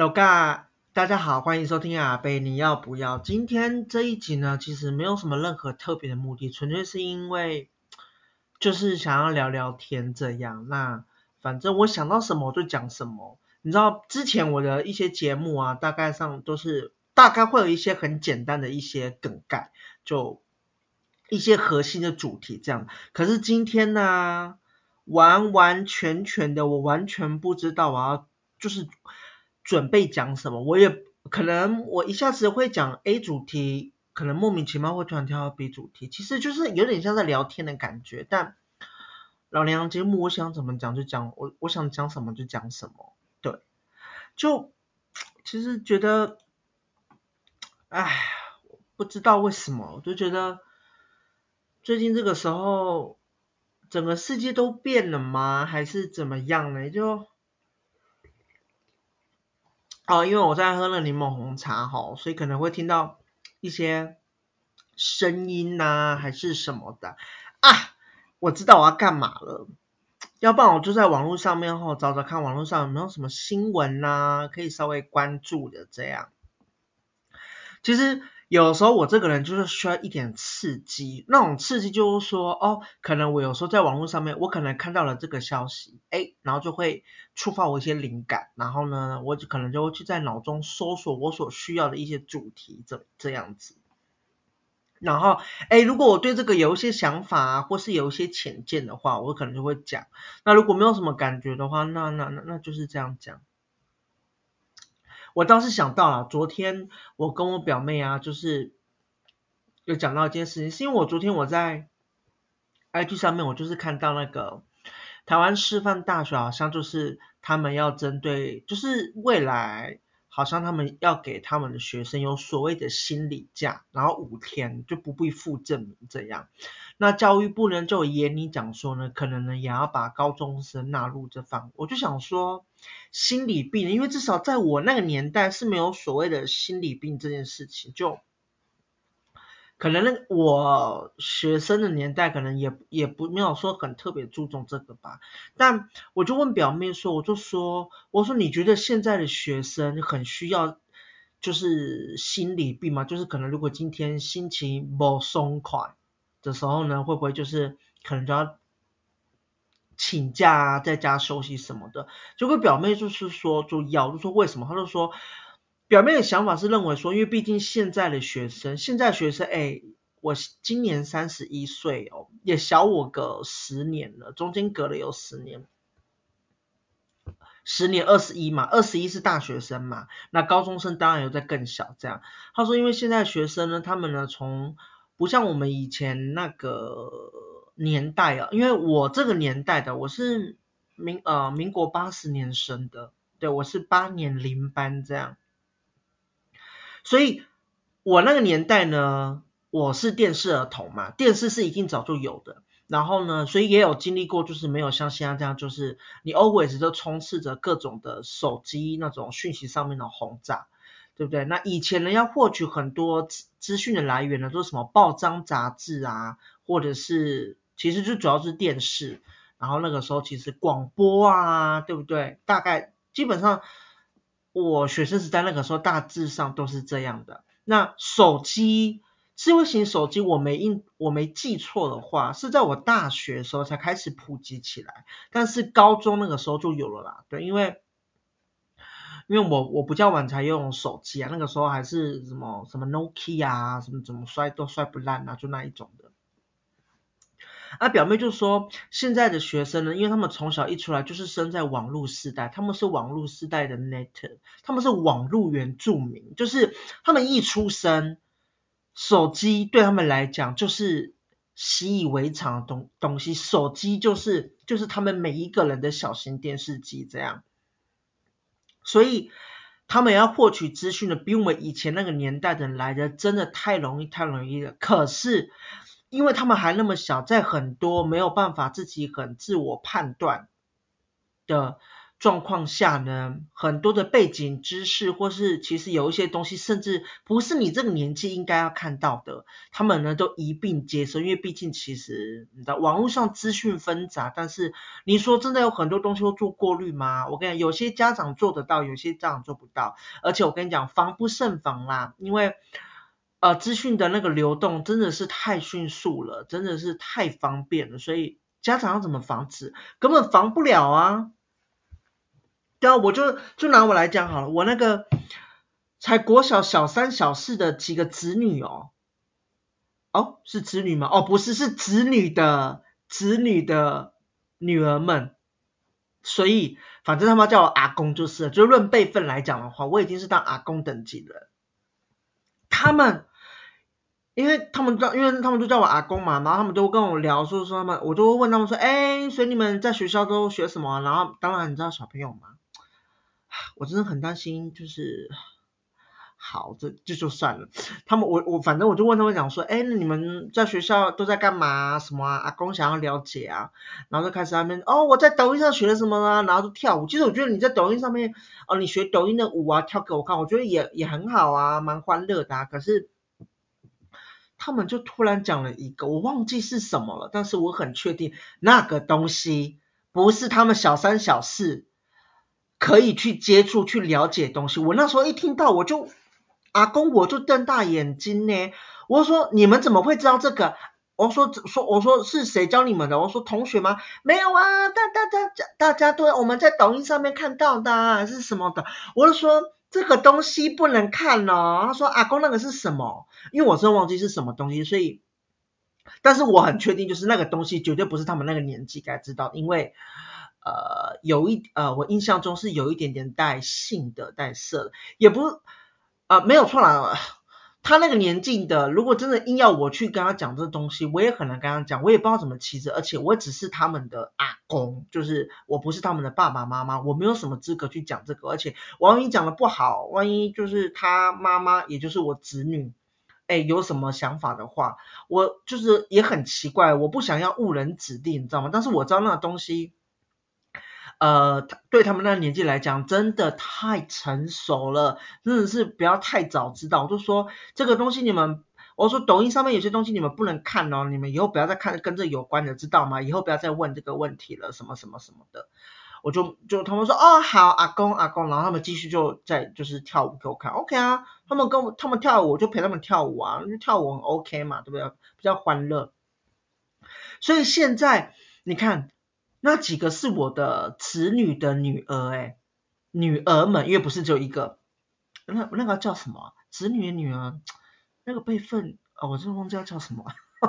Hello，大家好，欢迎收听阿贝，你要不要？今天这一集呢，其实没有什么任何特别的目的，纯粹是因为就是想要聊聊天这样。那反正我想到什么我就讲什么。你知道之前我的一些节目啊，大概会有一些很简单的一些梗概，就一些核心的主题这样。可是今天呢，完完全全的我完全不知道我要就是准备讲什么，可能我一下子会讲 A 主题，可能莫名其妙会突然跳到 B 主题，其实就是有点像在聊天的感觉。但老娘节目我想怎么讲就讲，我想讲什么就讲什么，对，就其实觉得，唉，不知道为什么，我就觉得最近这个时候，整个世界都变了吗？还是怎么样呢？因为我在喝了柠檬红茶齁，所以可能会听到一些声音啊，还是什么的啊。我知道我要干嘛了，要不然我就在网络上面找找看网络上有没有什么新闻啊，可以稍微关注的这样。其实有时候我这个人就是需要一点刺激，那种刺激就是说，可能我有时候在网络上面，我可能看到了这个消息，然后就会触发我一些灵感，然后呢，我可能就会去在脑中搜索我所需要的一些主题，这样子。然后，如果我对这个有一些想法啊，或是有一些浅见的话，我可能就会讲。那如果没有什么感觉的话，那就是这样讲。我倒是想到了，昨天我跟我表妹啊，就是有讲到一件事情，是因为我昨天我在 IG 上面，我就是看到那个台湾师范大学好像就是他们要针对，就是未来好像他们要给他们的学生有所谓的心理假，然后5天就不必附证明这样。那教育部呢就严厉讲说呢，可能呢也要把高中生纳入这范围。我就想说，心理病，因为至少在我那个年代是没有所谓的心理病这件事情，就可能我学生的年代可能也不没有说很特别注重这个吧。但我就问表妹说，我说你觉得现在的学生很需要就是心理病吗？就是可能如果今天心情不松快的时候呢，会不会就是可能就要请假啊，在家休息什么的？结果表妹就是说就说为什么？她就说表妹的想法是认为说，因为毕竟现在学生我今年31岁哦，也小我个10年了，中间隔了有10年。10年21嘛，21是大学生嘛，那高中生当然有在更小这样。他说因为现在学生呢，他们呢不像我们以前那个年代啊，因为我这个年代的我是民国80年生的，对，我是8年0班这样。所以我那个年代呢，我是电视儿童嘛，电视是一定早就有的。然后呢，所以也有经历过，就是没有像现在这样，就是你 always 都充斥着各种的手机那种讯息上面的轰炸，对不对？那以前呢，要获取很多资讯的来源呢，都是什么报章杂志啊，或者是其实就主要是电视。然后那个时候其实广播啊，对不对？大概基本上我学生时代那个时候大致上都是这样的。那智慧型手机我没记错的话，是在我大学的时候才开始普及起来，但是高中那个时候就有了啦。对，因为我比较晚才用手机啊，那个时候还是什么什么 Nokia 啊，什么怎么摔都摔不烂啊，就那一种的。表妹就说，现在的学生呢，因为他们从小一出来就是生在网络时代，他们是网络时代的 net， 他们是网络原住民，就是他们一出生，手机对他们来讲就是习以为常的东西，手机就是他们每一个人的小型电视机这样，所以他们要获取资讯的比我们以前那个年代的人来的真的太容易了。可是因为他们还那么小，在很多没有办法自己很自我判断的状况下呢，很多的背景知识或是其实有一些东西甚至不是你这个年纪应该要看到的，他们呢都一并接受，因为毕竟其实你知道网络上资讯纷杂，但是你说真的有很多东西都做过滤吗？我跟你讲，有些家长做得到，有些家长做不到，而且我跟你讲防不胜防啦，因为资讯的那个流动真的是太迅速了，真的是太方便了，所以家长要怎么防止？根本防不了啊。对啊，就拿我来讲好了，我那个才国小小三小四的几个子女是子女吗？不是，是子女的女儿们，所以反正他们叫我阿公就是了，就论辈分来讲的话，我已经是当阿公等级了。他们因为他们都叫我阿公嘛，然后他们都跟我聊说我都会问他们说，所以你们在学校都学什么啊？然后当然你知道小朋友嘛，我真的很担心，就是好，这就算了。反正我就问他们讲说，那你们在学校都在干嘛？什么啊？阿公想要了解啊，然后就开始他们我在抖音上学了什么啊，然后就跳舞。其实我觉得你在抖音上面你学抖音的舞啊，跳给我看，我觉得也很好啊，蛮欢乐的啊。可是他们就突然讲了一个，我忘记是什么了，但是我很确定那个东西不是他们小三小四可以去接触去了解东西。我那时候一听到阿公我就瞪大眼睛呢，我说你们怎么会知道这个？我说是谁教你们的？我说同学吗？没有啊，大家都我们在抖音上面看到的啊，是什么的？我就说这个东西不能看哦。他说阿公那个是什么？因为我真的忘记是什么东西，所以但是我很确定就是那个东西绝对不是他们那个年纪该知道，因为我印象中是有一点点带性的带色的，也不是没有错啦。他那个年纪的，如果真的硬要我去跟他讲这东西，我也很难跟他讲，我也不知道怎么启齿，而且我只是他们的阿公，就是我不是他们的爸爸妈妈，我没有什么资格去讲这个，而且万一讲的不好，万一就是他妈妈，也就是我子女有什么想法的话，我就是也很奇怪，我不想要误人子弟，你知道吗？但是我知道那个东西对他们那个年纪来讲真的太成熟了，真的是不要太早知道。我就说这个东西我说抖音上面有些东西你们不能看哦，你们以后不要再看跟这有关的，知道吗？以后不要再问这个问题了，什么什么什么的。我就他们说好阿公，然后他们继续就是跳舞给我看 ，OK 啊，他们跳舞我就陪他们跳舞啊，跳舞很 OK 嘛，对不对？比较欢乐。所以现在你看那几个是我的子女的女儿女儿们，因为不是只有一个，那个叫什么子女的女儿，那个辈分我真的忘记要叫什么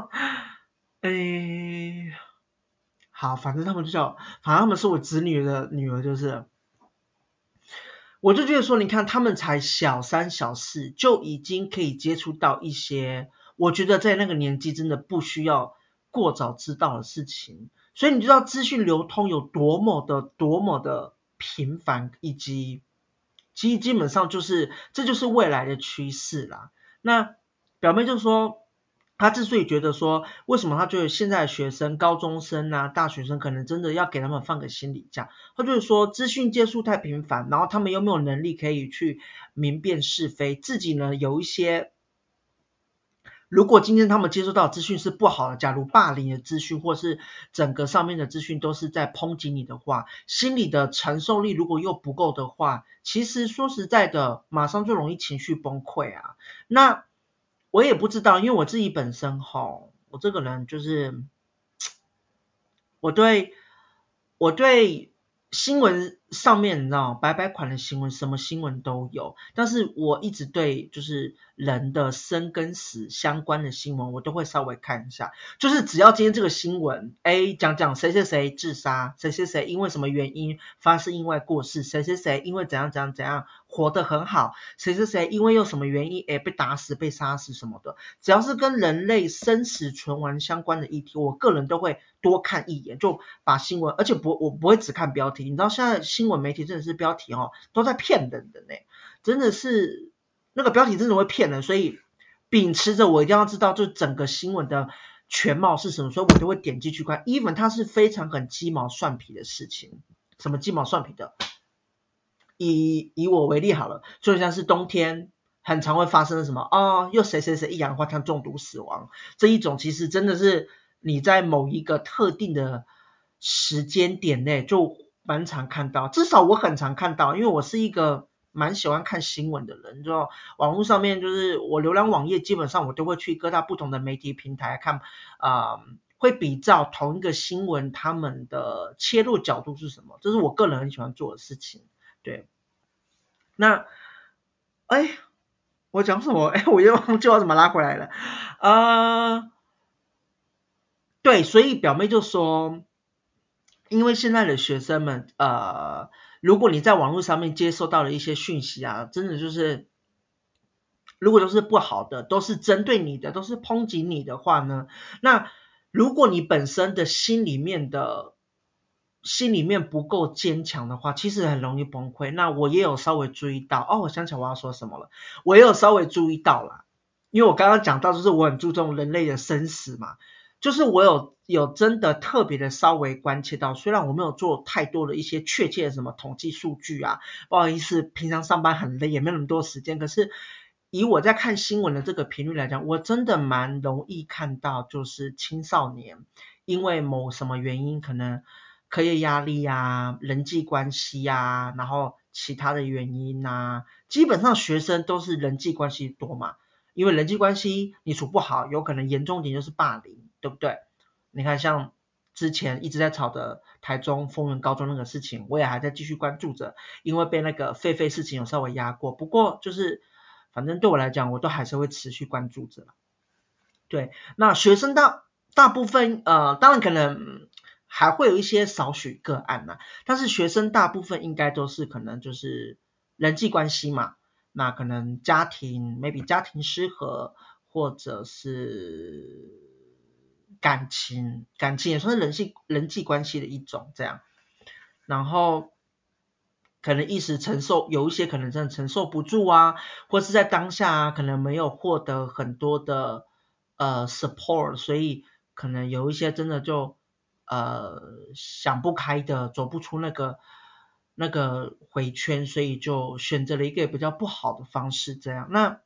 好，反正他们是我子女的女儿，就是我就觉得说，你看他们才小三小四，就已经可以接触到一些我觉得在那个年纪真的不需要过早知道的事情，所以你知道资讯流通有多么的频繁，以及其实基本上这就是未来的趋势啦。那表妹就说他之所以觉得说为什么他觉得现在的学生高中生啊大学生可能真的要给他们放个心理假，他就是说资讯接触太频繁，然后他们又没有能力可以去明辨是非，自己呢有一些如果今天他们接收到的资讯是不好的，假如霸凌的资讯或是整个上面的资讯都是在抨击你的话，心理的承受力如果又不够的话，其实说实在的马上就容易情绪崩溃啊。那我也不知道，因为我自己本身我这个人就是我对新闻上面你知道百款的新闻，什么新闻都有，但是我一直对就是人的生跟死相关的新闻我都会稍微看一下，就是只要今天这个新闻讲谁谁谁自杀，谁谁谁因为什么原因发生意外过世，谁谁谁因为怎样活得很好，谁谁谁因为有什么原因被打死被杀死什么的，只要是跟人类生死存亡相关的议题，我个人都会多看一眼，就把新闻，而且我不会只看标题，你知道现在新闻媒体真的是标题都在骗人的呢，真的是那个标题真的会骗人，所以秉持着我一定要知道就整个新闻的全貌是什么，所以我都会点进去看 even 它是非常很鸡毛蒜皮的事情， 什么鸡毛蒜皮的。以我为例好了，就像是冬天很常会发生的什么又谁谁谁一氧化碳中毒死亡，这一种其实真的是你在某一个特定的时间点内就蛮常看到，至少我很常看到，因为我是一个蛮喜欢看新闻的人，就网络上面就是我浏览网页，基本上我都会去各大不同的媒体平台看，会比照同一个新闻他们的切入角度是什么，这是我个人很喜欢做的事情。对，那我讲什么？我又忘记我怎么拉回来了。对，所以表妹就说，因为现在的学生们，如果你在网络上面接收到了一些讯息啊，真的就是，如果都是不好的，都是针对你的，都是抨击你的话呢，那如果你本身的心里面不够坚强的话，其实很容易崩溃。那我也有稍微注意到，我想起来我要说什么了，我也有稍微注意到啦，因为我刚刚讲到就是我很注重人类的生死嘛，就是我有真的特别的稍微关切到，虽然我没有做太多的一些确切的什么统计数据啊，不好意思，平常上班很累，也没有那么多时间，可是以我在看新闻的这个频率来讲，我真的蛮容易看到就是青少年因为某什么原因，可能课业压力啊、人际关系啊，然后其他的原因啊，基本上学生都是人际关系多嘛，因为人际关系你处不好，有可能严重点就是霸凌，对不对？你看像之前一直在吵的台中丰原高中那个事情，我也还在继续关注着，因为被那个狒事情有稍微压过，不过就是反正对我来讲，我都还是会持续关注着。对，那学生大部分当然可能还会有一些少许个案啦，但是学生大部分应该都是可能就是人际关系嘛，那可能家庭 maybe 家庭失和，或者是感情也算是人际关系的一种这样，然后可能一时承受，有一些可能真的承受不住啊，或是在当下啊，可能没有获得很多的support，所以可能有一些真的就想不开的，走不出那个回圈，所以就选择了一个比较不好的方式这样。那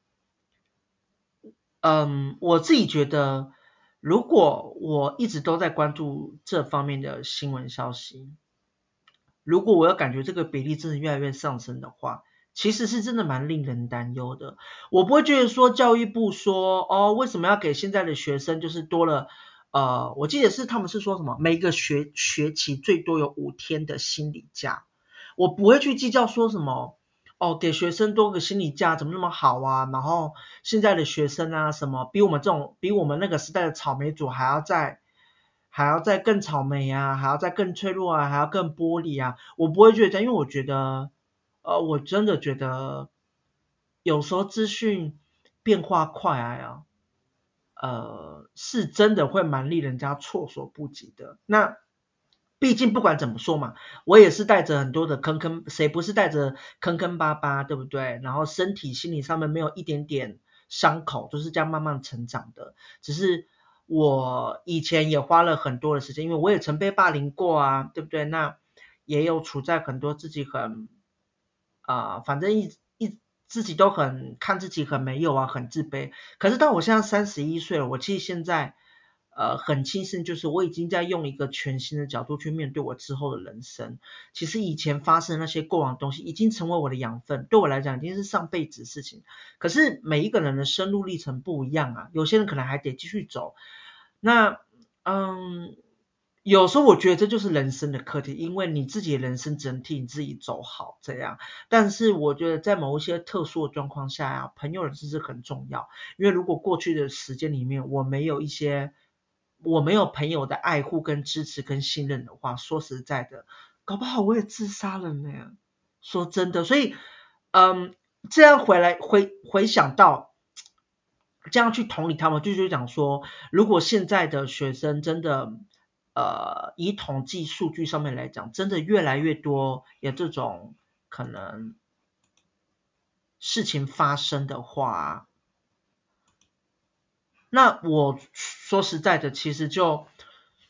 我自己觉得，如果我一直都在关注这方面的新闻消息，如果我有感觉这个比例真的越来越上升的话，其实是真的蛮令人担忧的。我不会觉得说教育部说为什么要给现在的学生就是多了我记得他们是说什么每个学期最多有5天的心理假，我不会去计较说什么给学生多个心理假怎么那么好啊，然后现在的学生啊什么比我们那个时代的草莓族还要再更草莓啊，还要再更脆弱啊，还要更玻璃啊，我不会觉得这样，因为我觉得我真的觉得有时候资讯变化快啊，是真的会蛮令人家措手不及的。那毕竟不管怎么说嘛，我也是带着很多的坑，谁不是带着坑巴巴，对不对？然后身体心理上面没有一点点伤口，就是这样慢慢成长的。只是我以前也花了很多的时间，因为我也曾被霸凌过啊，对不对？那也有处在很多自己很反正自己都很看自己很没有啊，很自卑。可是到我现在31岁了，我其实现在很庆幸，就是我已经在用一个全新的角度去面对我之后的人生。其实以前发生的那些过往的东西，已经成为我的养分，对我来讲已经是上辈子的事情。可是每一个人的心路历程不一样啊，有些人可能还得继续走。那有时候我觉得这就是人生的课题，因为你自己的人生整体你自己走好这样。但是我觉得在某一些特殊的状况下啊，朋友的支持很重要。因为如果过去的时间里面我没有朋友的爱护跟支持跟信任的话，说实在的，搞不好我也自杀了呢。说真的，所以这样回想到。这样去同理他们，就是讲说，如果现在的学生真的，以统计数据上面来讲，真的越来越多有这种可能事情发生的话，那我说实在的，其实就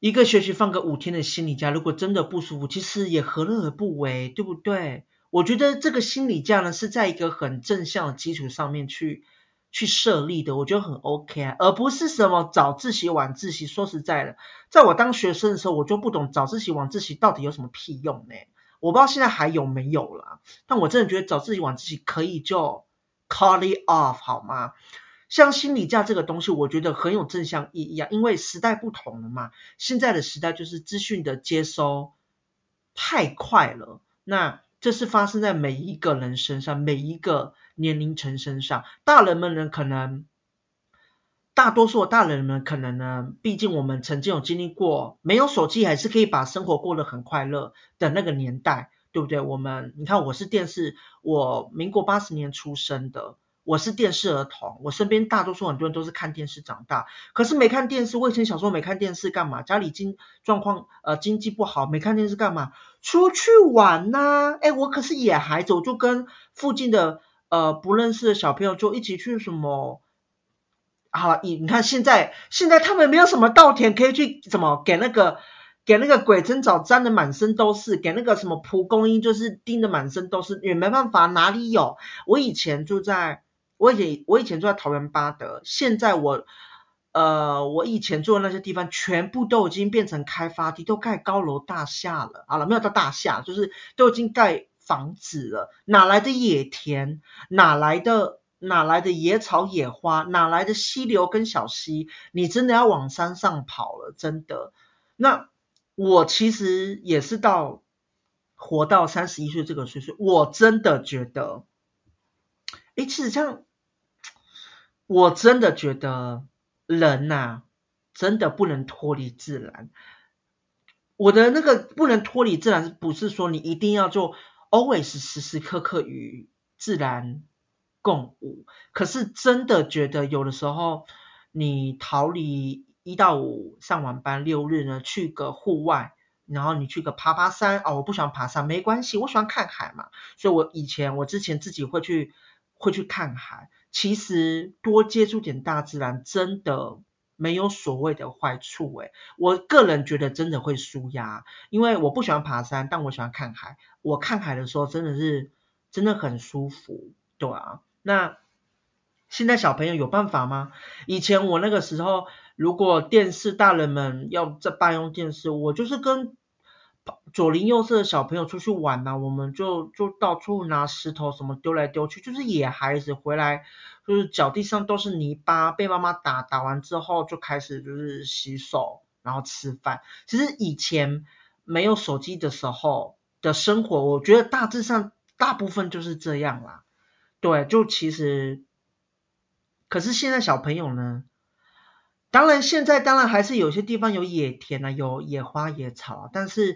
一个学期放个5天的心理假，如果真的不舒服，其实也何乐而不为，对不对？我觉得这个心理假呢是在一个很正向的基础上面去设立的，我觉得很 OK 啊，而不是什么早自习晚自习。说实在的，在我当学生的时候，我就不懂早自习晚自习到底有什么屁用呢？我不知道现在还有没有啦，但我真的觉得早自习晚自习可以就 call it off 好吗？像心理假这个东西，我觉得很有正向意义啊，因为时代不同了嘛，现在的时代就是资讯的接收太快了，那这是发生在每一个人身上，每一个年龄层身上。大人们呢，可能大多数的大人们可能呢，毕竟我们曾经有经历过没有手机还是可以把生活过得很快乐的那个年代，对不对？你看我是我民国80年出生的，我是电视儿童，我身边大多数很多人都是看电视长大。可是没看电视，我以前小时候没看电视干嘛？家里经济不好，没看电视干嘛？出去玩呐、我可是野孩子，我就跟附近的不认识的小朋友就一起去什么。好，你看现在他们没有什么稻田可以去怎么给那个鬼针草沾的满身都是，给那个什么蒲公英就是叮的满身都是，也没办法，哪里有？我以前住在桃园八德，现在我以前住的那些地方全部都已经变成开发地，都盖高楼大厦了。好了，没有到大厦，就是都已经盖房子了，哪来的野田？哪来的野草野花？哪来的溪流跟小溪？你真的要往山上跑了，真的。那我其实也是活到31岁这个岁数，我真的觉得，其实这样，我真的觉得人呐、真的不能脱离自然。我的那个不能脱离自然，不是说你一定要做 always 时时刻刻与自然共舞，可是真的觉得有的时候你逃离1到5上完班6日呢，去个户外，然后你去个爬山我不喜欢爬山没关系，我喜欢看海嘛，所以我之前自己会去看海。其实多接触点大自然真的没有所谓的坏处我个人觉得真的会舒压，因为我不喜欢爬山，但我喜欢看海。我看海的时候真的很舒服，对啊。那现在小朋友有办法吗？以前我那个时候，如果大人们要霸用电视，我就是跟左邻右舍的小朋友出去玩我们就到处拿石头什么丢来丢去，就是野孩子回来就是脚地上都是泥巴，被妈妈打完之后就开始就是洗手，然后吃饭。其实以前没有手机的时候的生活，我觉得大致上大部分就是这样啦。对，就其实，可是现在小朋友呢？现在当然还是有些地方有野田有野花野草但是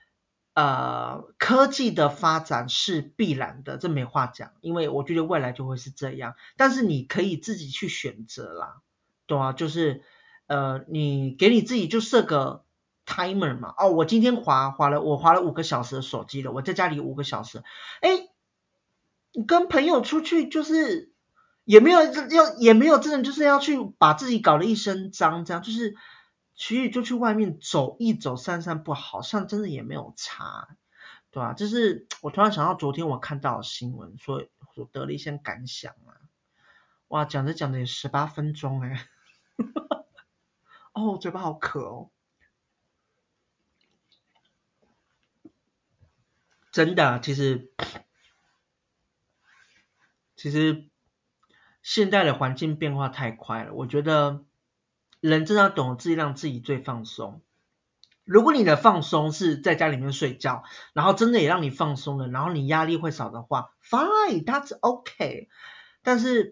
科技的发展是必然的，这没话讲，因为我觉得未来就会是这样。但是你可以自己去选择啦，对啊，就是你给你自己就设个 timer 嘛，我今天划了5个小时的手机了，我在家里5个小时，你跟朋友出去就是也没有真的就是要去把自己搞得一身脏，这样就是去外面走一走散步，好像真的也没有差，对吧？就是我突然想到昨天我看到的新闻，所以我得了一些感想哇，讲着讲着也18分钟嘴巴好渴真的其实现代的环境变化太快了，我觉得人真的要懂得自己让自己最放松。如果你的放松是在家里面睡觉，然后真的也让你放松了，然后你压力会少的话 ，fine, that's okay。但是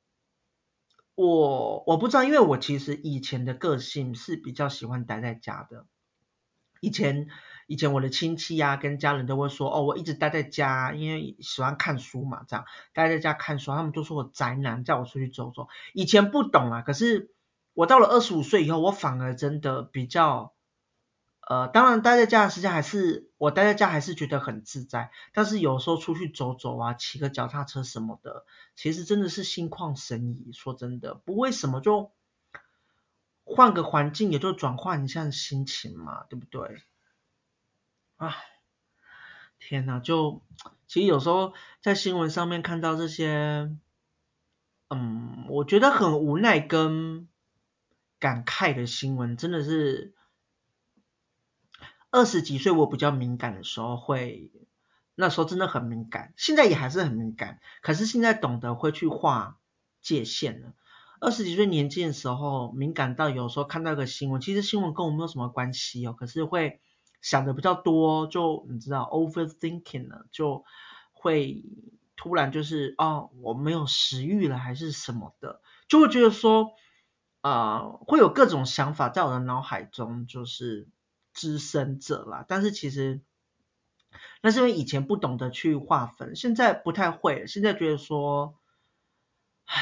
我不知道，因为我其实以前的个性是比较喜欢待在家的。以前我的亲戚跟家人都会说我一直待在家，因为喜欢看书嘛，这样待在家看书，他们都说我宅男，叫我出去走走。以前不懂可是我到了25岁以后，我反而真的比较当然待在家的时间我待在家还是觉得很自在，但是有时候出去走走骑个脚踏车什么的，其实真的是心旷神怡。说真的，不为什么就换个环境也就转换一下心情嘛，对不对？啊，天哪，其实有时候在新闻上面看到这些，我觉得很无奈跟感慨的新闻，真的是20几岁我比较敏感的时候那时候真的很敏感，现在也还是很敏感，可是现在懂得会去划界限了。20几岁年纪的时候，敏感到有时候看到一个新闻，其实新闻跟我没有什么关系哦，可是会想的比较多，就你知道 overthinking 了，就会突然就是我没有食欲了还是什么的，就会觉得说会有各种想法在我的脑海中就是滋生着啦，但是其实那是因为以前不懂得去划分，现在不太会，现在觉得说，唉，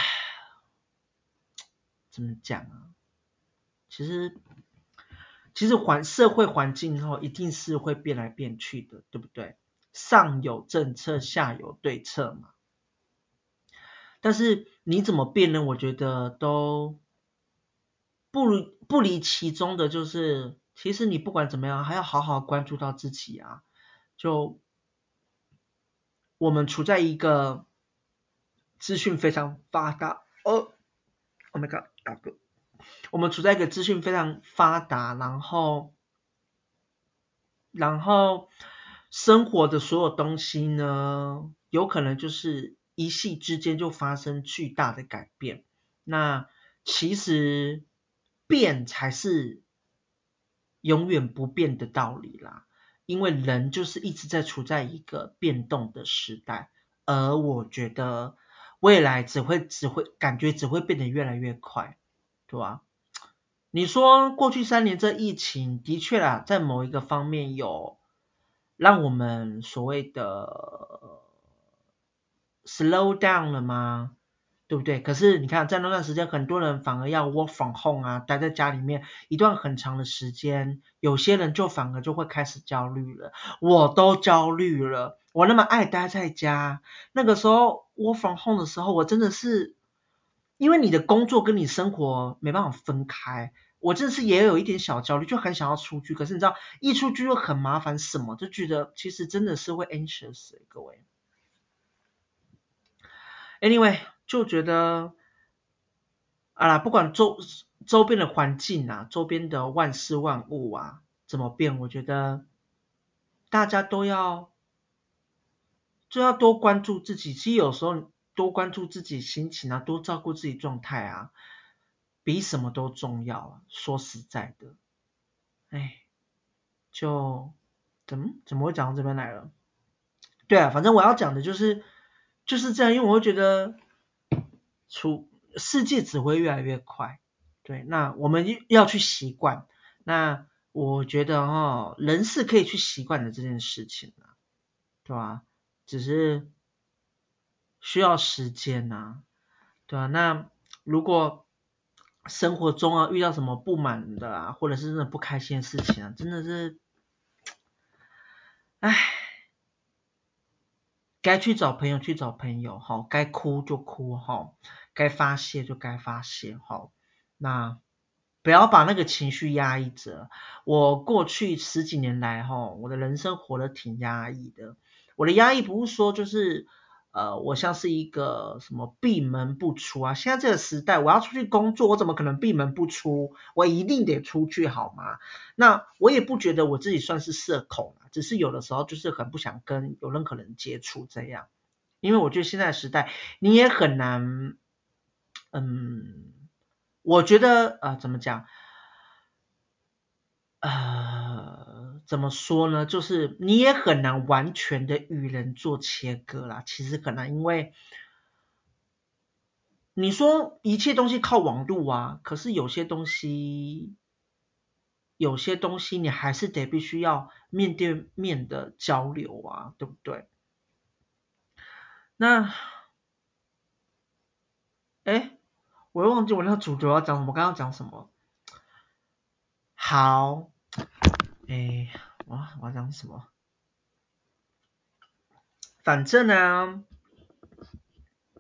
怎么讲啊？其实社会环境后一定是会变来变去的，对不对？上有政策，下有对策嘛。但是你怎么变呢？我觉得都不离其中的，就是其实你不管怎么样，还要好好关注到自己啊。就我们处在一个资讯非常发达，Oh my god，大哥，我们处在一个资讯非常发达，然后生活的所有东西呢，有可能就是一夕之间就发生巨大的改变。那其实变才是永远不变的道理啦，因为人就是一直在处在一个变动的时代，而我觉得未来感觉只会变得越来越快，对吧？你说过去3年这疫情的确啦，在某一个方面有让我们所谓的slow down 了吗？对不对？可是你看，在那段时间，很多人反而要 work from home 啊，待在家里面一段很长的时间，有些人反而就会开始焦虑了。我都焦虑了，我那么爱待在家，那个时候 work from home 的时候，我真的是因为你的工作跟你生活没办法分开，我真的是也有一点小焦虑，就很想要出去，可是你知道一出去又很麻烦，什么就觉得其实真的是会 anxious 各位。Anyway，就觉得不管周边的环境啊，周边的万事万物啊怎么变，我觉得大家就要多关注自己。其实有时候多关注自己心情啊，多照顾自己状态啊，比什么都重要啊。说实在的，哎，就怎么会讲到这边来了？对啊，反正我要讲的就是这样，因为我会觉得世界只会越来越快，对，那我们要去习惯。那我觉得人是可以去习惯的这件事情啊，对吧？只是需要时间啊，对吧？那如果生活中遇到什么不满的啊，或者是真的不开心的事情啊，真的是，唉。该去找朋友去找朋友，该哭就哭，该发泄就该发泄，那不要把那个情绪压抑着。我过去10几年来，我的人生活得挺压抑的。我的压抑不是说就是我像是一个什么闭门不出啊。现在这个时代，我要出去工作，我怎么可能闭门不出？我一定得出去，好吗？那我也不觉得我自己算是社恐啊，只是有的时候就是很不想跟有任何人接触这样。因为我觉得现在的时代，你也很难，我觉得怎么讲？怎么说呢？就是你也很难完全的与人做切割啦。其实很难，因为你说一切东西靠网络啊，可是有些东西你还是必须要面对面的交流啊，对不对？那我又忘记我那个主角要讲什么，刚刚讲什么？好，哎，我要讲什么？反正呢，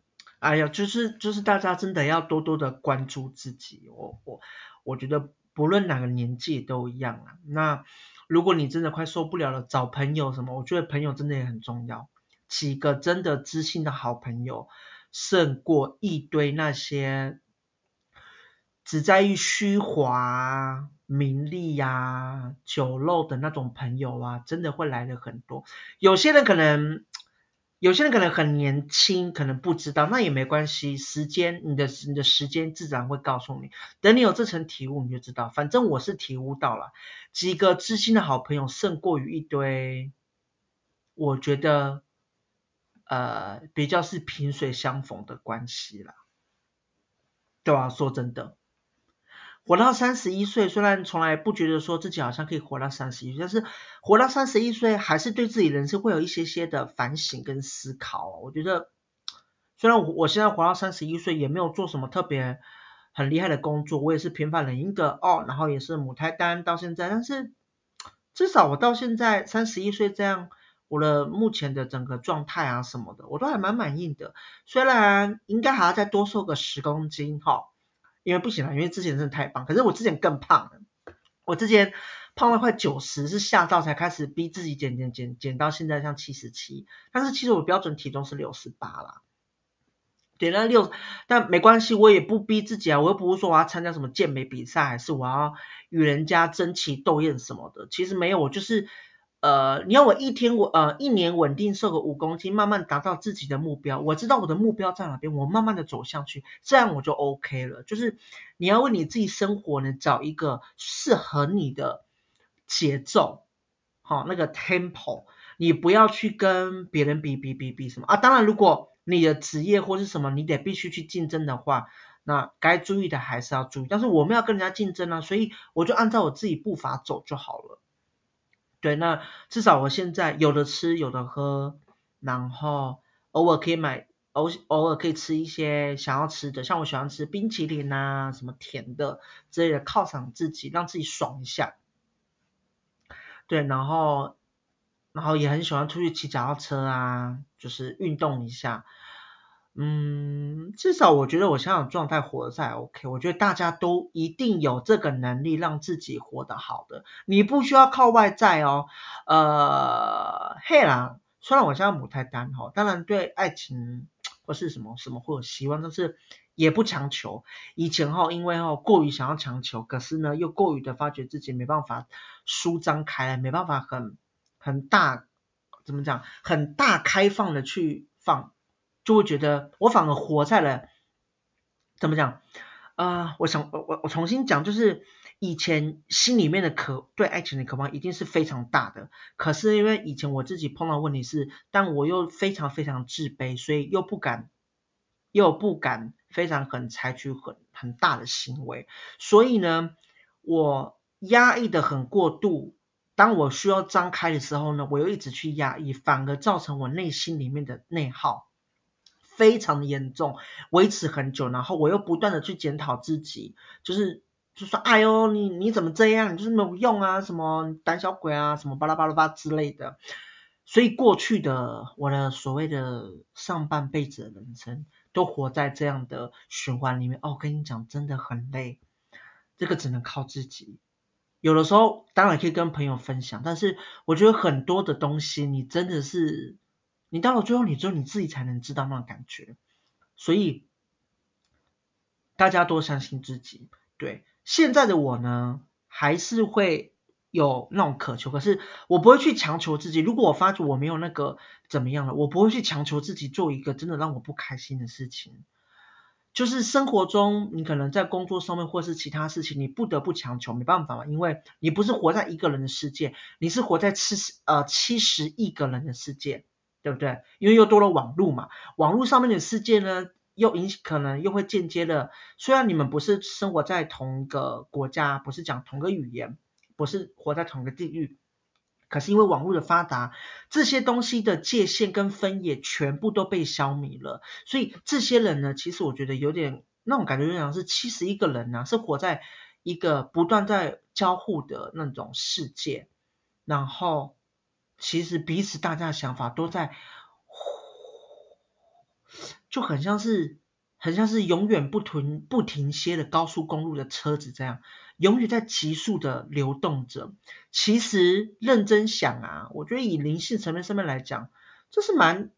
哎呀，就是大家真的要多多的关注自己，我觉得不论哪个年纪都一样啊。那如果你真的快受不了了，找朋友什么，我觉得朋友真的也很重要，几个真的知心的好朋友，胜过一堆那些只在意虚华、名利呀、酒肉的那种朋友啊，真的会来的很多。有些人可能。有些人可能很年轻，可能不知道，那也没关系。你的时间自然会告诉你。等你有这层体悟，你就知道。反正我是体悟到了，几个知心的好朋友胜过于一堆，我觉得比较是萍水相逢的关系啦，对吧？说真的。活到31岁，虽然从来不觉得说自己好像可以活到31岁，但是活到31岁还是对自己人生会有一些些的反省跟思考。我觉得，虽然我现在活到31岁，也没有做什么特别很厉害的工作，我也是平凡人一个然后也是母胎单到现在，但是至少我到现在31岁这样，我的目前的整个状态啊什么的，我都还蛮满意的。虽然应该还要再多瘦个10公斤因为不行了，因为之前真的太胖，可是我之前更胖了，我之前胖了快90，是吓到才开始逼自己减到现在像77，但是其实我标准体重是68啦。对，但没关系，我也不逼自己啊，我又不是说我要参加什么健美比赛，还是我要与人家争奇斗艳什么的，其实没有，我就是你要我一年稳定瘦个5公斤，慢慢达到自己的目标，我知道我的目标在哪边，我慢慢的走向去，这样我就 OK 了。就是你要为你自己生活呢找一个适合你的节奏，那个 tempo。你不要去跟别人比什么啊。当然如果你的职业或是什么你得必须去竞争的话，那该注意的还是要注意，但是我们要跟人家竞争啊，所以我就按照我自己步伐走就好了。对，那至少我现在有的吃有的喝，然后偶尔可以偶尔可以吃一些想要吃的，像我喜欢吃冰淇淋啊什么甜的之类的，犒赏自己，让自己爽一下。对，然后也很喜欢出去骑脚踏车啊，就是运动一下。至少我觉得我现在的状态活得再 OK，我觉得大家都一定有这个能力让自己活得好的，你不需要靠外在哦。嘿啦，虽然我现在母胎单当然对爱情或是什么什么会有希望，但是也不强求。以前因为过于想要强求，可是呢又过于的发觉自己没办法舒张开来，没办法很大怎么讲，很大开放的去放。就会觉得我反而活在了怎么讲我重新讲，就是以前心里面的对爱情的渴望一定是非常大的，可是因为以前我自己碰到问题是，但我又非常非常自卑，所以又不敢非常采取很大的行为，所以呢我压抑的很过度，当我需要张开的时候呢，我又一直去压抑，反而造成我内心里面的内耗非常的严重，维持很久，然后我又不断的去检讨自己，就说哎呦你怎么这样，你就是没有用啊，什么胆小鬼啊，什么巴拉巴拉巴之类的。所以过去的我的所谓的上半辈子的人生都活在这样的循环里面。我跟你讲真的很累，这个只能靠自己。有的时候当然可以跟朋友分享，但是我觉得很多的东西你真的是你到了最后，只有你自己才能知道那种感觉。所以大家多相信自己。对，现在的我呢，还是会有那种渴求，可是我不会去强求自己。如果我发觉我没有那个怎么样了，我不会去强求自己做一个真的让我不开心的事情。就是生活中你可能在工作上面或是其他事情，你不得不强求，没办法嘛，因为你不是活在一个人的世界，你是活在70亿个人的世界，对不对？因为又多了网络嘛，网络上面的世界呢，可能又会间接的，虽然你们不是生活在同一个国家，不是讲同个语言，不是活在同一个地域，可是因为网络的发达，这些东西的界限跟分野全部都被消弭了，所以这些人呢，其实我觉得有点那种感觉，就像是71个人是活在一个不断在交互的那种世界，然后其实彼此大家的想法都在就很像是永远不停歇的高速公路的车子这样，永远在急速的流动着。其实认真想啊，我觉得以灵性层面上面来讲，这是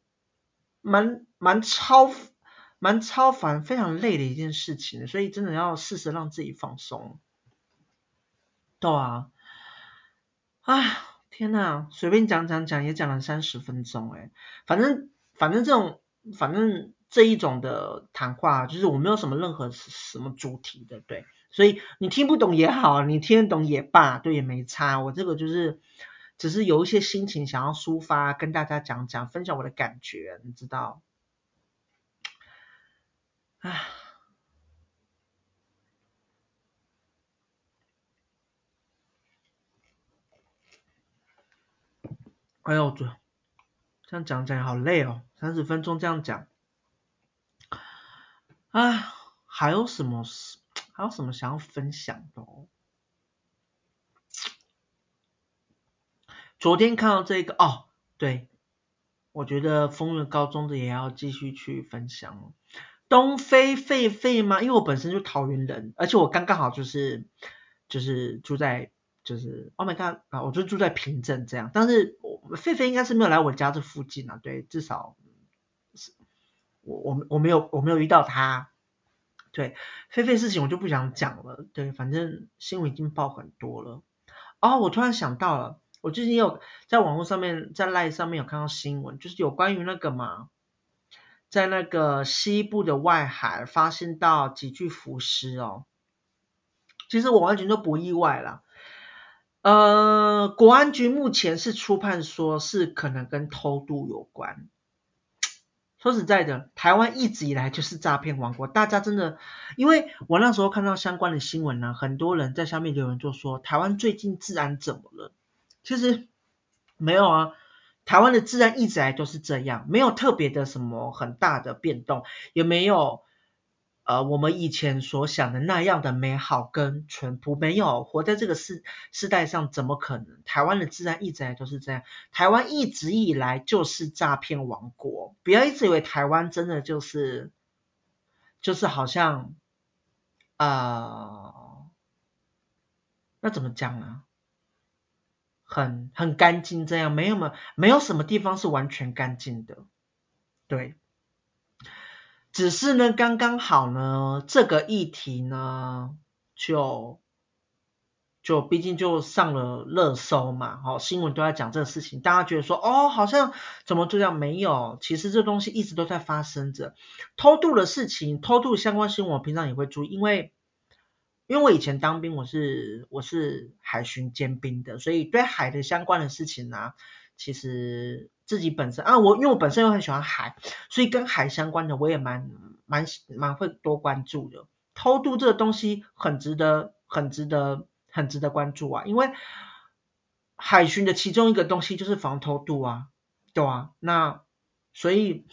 蛮超凡、非常累的一件事情，所以真的要适时让自己放松。对啊，啊，天哪，随便讲也讲了30分钟哎，反正这一种的谈话，就是我没有任何什么主题的，对，所以你听不懂也好，你听得懂也罢，对，也没差。我这个就是只是有一些心情想要抒发，跟大家讲讲，分享我的感觉，你知道。唉，哎呦，这样讲好累哦，30分钟这样讲，啊，还有什么想要分享的哦？昨天看到这个哦，对，我觉得丰原高中的也要继续去分享哦。东非狒狒吗？因为我本身就桃园人，而且我刚刚好就是住在Oh my god 啊，我就住在平镇这样，但是狒狒应该是没有来我家这附近啊，对，至少是我没有遇到他。对，狒狒事情我就不想讲了，对，反正新闻已经报很多了。哦，我突然想到了，我最近有在网络上面，在 LINE 上面有看到新闻，就是有关于那个嘛，在那个西部的外海发现到几具浮尸哦。其实我完全都不意外啦。国安局目前是初判说是可能跟偷渡有关。说实在的，台湾一直以来就是诈骗王国，大家真的，因为我那时候看到相关的新闻呢，很多人在下面留言就说台湾最近治安怎么了？其实没有啊，台湾的治安一直来都是这样，没有特别的什么很大的变动，也没有我们以前所想的那样的美好跟淳朴，没有，活在这个世代上怎么可能？台湾的治安一直来都是这样，台湾一直以来就是诈骗王国，不要一直以为台湾真的就是好像呃那怎么讲呢？很干净这样，没有什么地方是完全干净的，对。只是呢，刚刚好呢，这个议题呢，就毕竟就上了热搜嘛，新闻都在讲这个事情，大家觉得说，哦，好像怎么这样？没有，其实这东西一直都在发生着。偷渡的事情，偷渡相关新闻，我平常也会注意，因为我以前当兵，我是海巡兼兵的，所以对海的相关的事情呢，其实自己本身啊，因为我本身又很喜欢海，所以跟海相关的我也蛮会多关注的。偷渡这个东西很值得关注啊，因为海巡的其中一个东西就是防偷渡啊，对啊，那所以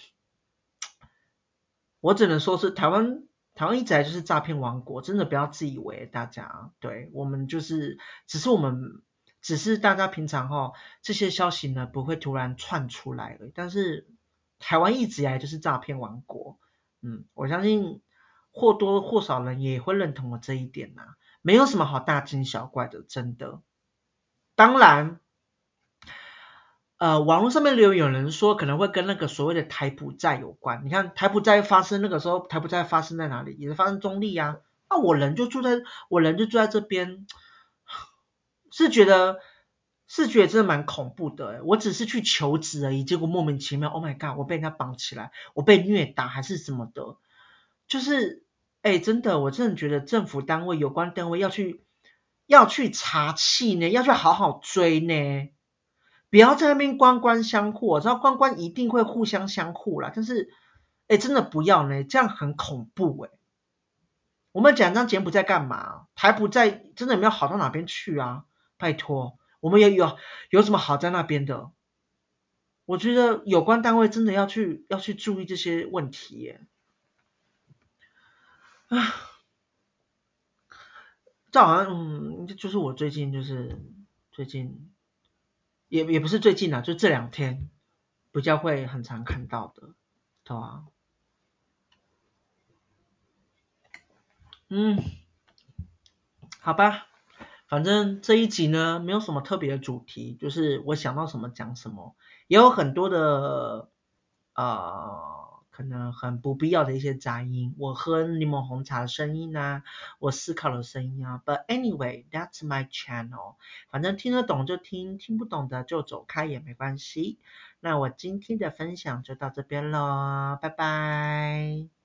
我只能说是台湾一直来就是诈骗王国，真的不要自以为大家，对，我们就是只是大家平常这些消息呢不会突然窜出来了，但是台湾一直以来就是诈骗王国，我相信或多或少人也会认同我这一点呐，没有什么好大惊小怪的，真的。当然，网络上面留言有人说可能会跟那个所谓的台埔寨有关。你看台埔寨发生那个时候，台埔寨发生在哪里？也是发生中立啊。那我人就住在这边，是觉得真的蛮恐怖的。我只是去求职而已，结果莫名其妙，Oh my god，我被人家绑起来，我被虐打还是什么的，就是真的，我真的觉得政府单位有关单位要去查气呢，要去好好追呢。不要在那边官官相护，我知道官官一定会互相相护啦，但是，真的不要呢，这样很恐怖我们讲这样柬埔寨干嘛？台埔寨真的没有好到哪边去啊？拜托，我们也有什么好在那边的？我觉得有关单位真的要去注意这些问题耶。啊，这好像就是我最近也不是最近啊，就这2天比较会很常看到的，对吧？ 好吧，反正这一集呢没有什么特别的主题，就是我想到什么讲什么，也有很多的可能很不必要的一些杂音，我喝柠檬红茶的声音啊，我思考的声音啊。But anyway, that's my channel。反正听得懂就听，听不懂的就走开也没关系。那我今天的分享就到这边咯，拜拜。